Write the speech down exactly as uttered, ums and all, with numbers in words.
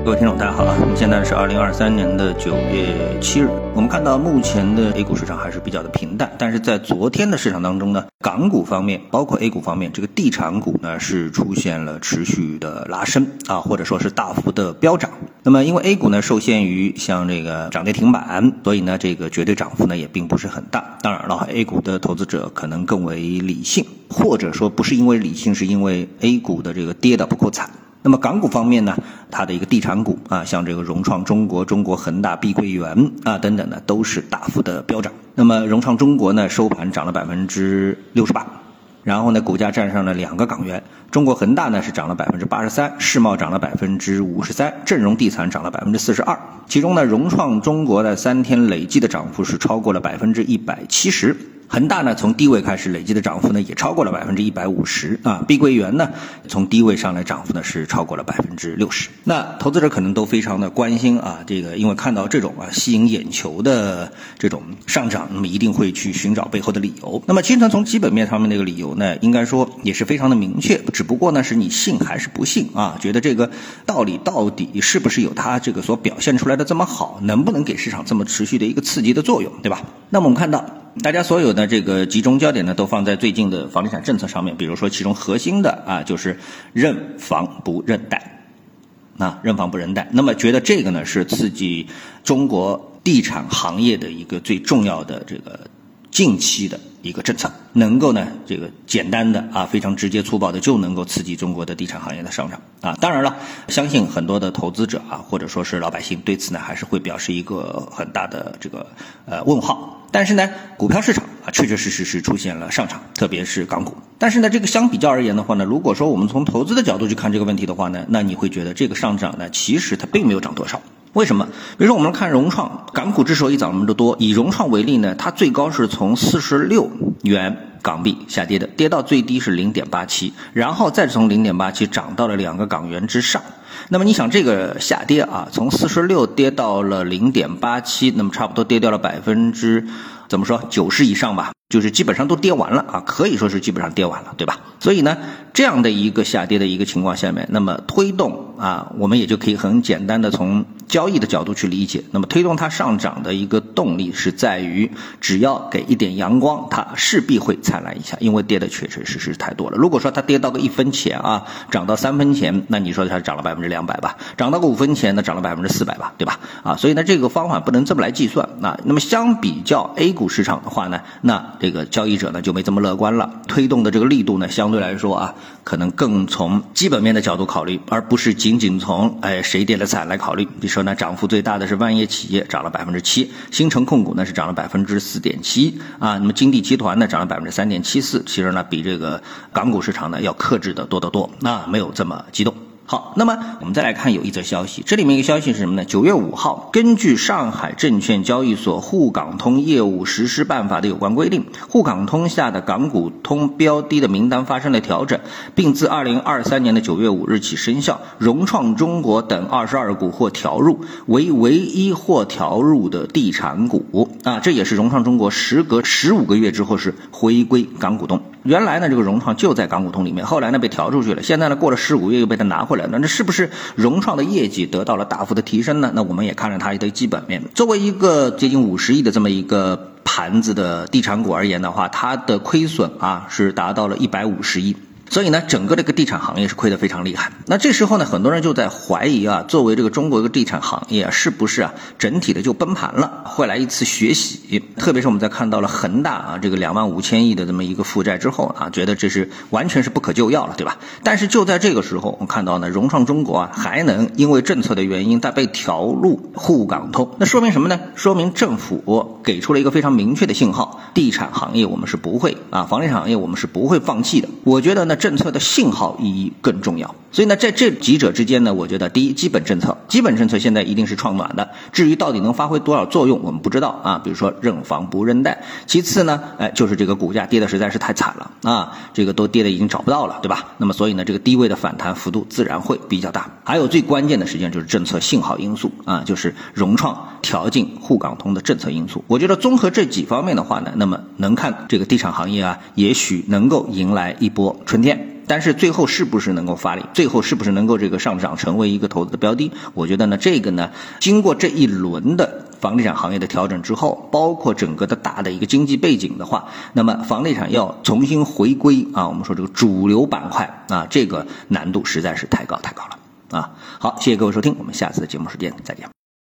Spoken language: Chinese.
各位听众大家好啊，我们现在是二零二三年的九月七日。我们看到目前的 A 股市场还是比较的平淡，但是在昨天的市场当中呢，港股方面包括 A 股方面，这个地产股呢是出现了持续的拉升啊，或者说是大幅的飙涨。那么因为 A 股呢受限于像这个涨跌停板，所以呢这个绝对涨幅呢也并不是很大。当然了 A 股的投资者可能更为理性，或者说不是因为理性，是因为 A 股的这个跌得不够惨。那么港股方面呢，它的一个地产股啊，像这个融创中国、中国恒大、碧桂园啊等等呢，都是大幅的飙涨。那么融创中国呢，收盘涨了百分之六十八，然后呢，股价站上了两个港元。中国恒大呢是涨了百分之八十三，世茂涨了百分之五十三，正荣地产涨了百分之四十二。其中呢，融创中国的三天累计的涨幅是超过了百分之一百七十。恒大呢，从低位开始累计的涨幅呢，也超过了百分之一百五十啊。碧桂园呢，从低位上来涨幅呢是超过了百分之六十。那投资者可能都非常的关心啊，这个因为看到这种啊吸引眼球的这种上涨，那么一定会去寻找背后的理由。那么其实呢，从基本面上面那个理由呢，应该说也是非常的明确，只不过呢是你信还是不信啊？觉得这个道理到底是不是有它这个所表现出来的这么好，能不能给市场这么持续的一个刺激的作用，对吧？那么我们看到大家所有的这个集中焦点呢，都放在最近的房地产政策上面，比如说其中核心的啊，就是认房不认贷，啊，认房不认贷。那么觉得这个呢是刺激中国地产行业的一个最重要的这个近期的一个政策，能够呢这个简单的啊非常直接粗暴的就能够刺激中国的地产行业的上涨啊。当然了，相信很多的投资者啊或者说是老百姓对此呢还是会表示一个很大的这个呃问号。但是呢，股票市场啊确确实实是出现了上涨，特别是港股。但是呢，这个相比较而言的话呢，如果说我们从投资的角度去看这个问题的话呢，那你会觉得这个上涨呢其实它并没有涨多少。为什么？比如说我们看融创，港股之所以涨那么多，以融创为例呢，它最高是从四十六元港币下跌的，跌到最低是 零点八七， 然后再从 零点八七 涨到了两个港元之上。那么你想这个下跌啊，从四十六跌到了 零点八七， 那么差不多跌掉了百分之怎么说九十以上吧，就是基本上都跌完了啊，可以说是基本上跌完了，对吧？所以呢，这样的一个下跌的一个情况下面，那么推动啊，我们也就可以很简单的从交易的角度去理解。那么推动它上涨的一个动力是在于，只要给一点阳光，它势必会灿烂一下，因为跌的确确实实太多了。如果说它跌到个一分钱啊，涨到三分钱，那你说它涨了百分之两百吧，涨到个五分钱呢，涨了百分之四百吧，对吧？啊，所以呢，这个方法不能这么来计算啊。那么相比较 A 股市场的话呢，那这个交易者呢就没这么乐观了，推动的这个力度呢，相对来说啊，可能更从基本面的角度考虑，而不是仅仅从哎谁跌的惨来考虑。比如说呢，涨幅最大的是万业企业，涨了百分之七，新城控股呢是涨了百分之四点七啊，那么金地集团呢涨了百分之三点七四，其实呢比这个港股市场呢要克制的多得多，那没有这么激动。好，那么我们再来看有一则消息，这里面一个消息是什么呢？九月五号，根据上海证券交易所沪港通业务实施办法的有关规定，沪港通下的港股通标的的名单发生了调整，并自二零二三年的九月五日起生效。融创中国等二十二股获调入，为唯一获调入的地产股啊，这也是融创中国时隔十五个月之后是回归港股通。原来呢，这个融创就在港股通里面，后来呢被调出去了，现在呢过了十五个月又被它拿回来了，那这是不是融创的业绩得到了大幅的提升呢？那我们也看了它的基本面，作为一个接近五十亿的这么一个盘子的地产股而言的话，它的亏损啊是达到了一百五十亿。所以呢，整个这个地产行业是亏得非常厉害。那这时候呢，很多人就在怀疑啊，作为这个中国一个地产行业啊，是不是啊整体的就崩盘了，会来一次血洗？特别是我们在看到了恒大啊这个两万五千亿的这么一个负债之后啊，觉得这是完全是不可救药了，对吧？但是就在这个时候，我们看到呢，融创中国啊还能因为政策的原因，它被调入沪港通，那说明什么呢？说明政府给出了一个非常明确的信号，地产行业我们是不会啊，房地产行业我们是不会放弃的。我觉得呢，政策的信号意义更重要。所以呢，在这几者之间呢，我觉得第一，基本政策，基本政策现在一定是创暖的，至于到底能发挥多少作用，我们不知道啊。比如说认房不认贷。其次呢，哎，就是这个股价跌的实在是太惨了啊，这个都跌的已经找不到了，对吧？那么所以呢，这个低位的反弹幅度自然会比较大。还有最关键的实际上就是政策信号因素啊，就是融创调进沪港通的政策因素。我觉得综合这几方面的话呢，那么能看这个地产行业啊，也许能够迎来一波春天。 但是最后是不是能够发力，最后是不是能够这个上涨成为一个投资的标的，我觉得呢这个呢经过这一轮的房地产行业的调整之后，包括整个的大的一个经济背景的话，那么房地产要重新回归啊，我们说这个主流板块啊，这个难度实在是太高太高了啊。好，谢谢各位收听，我们下次的节目时间再见。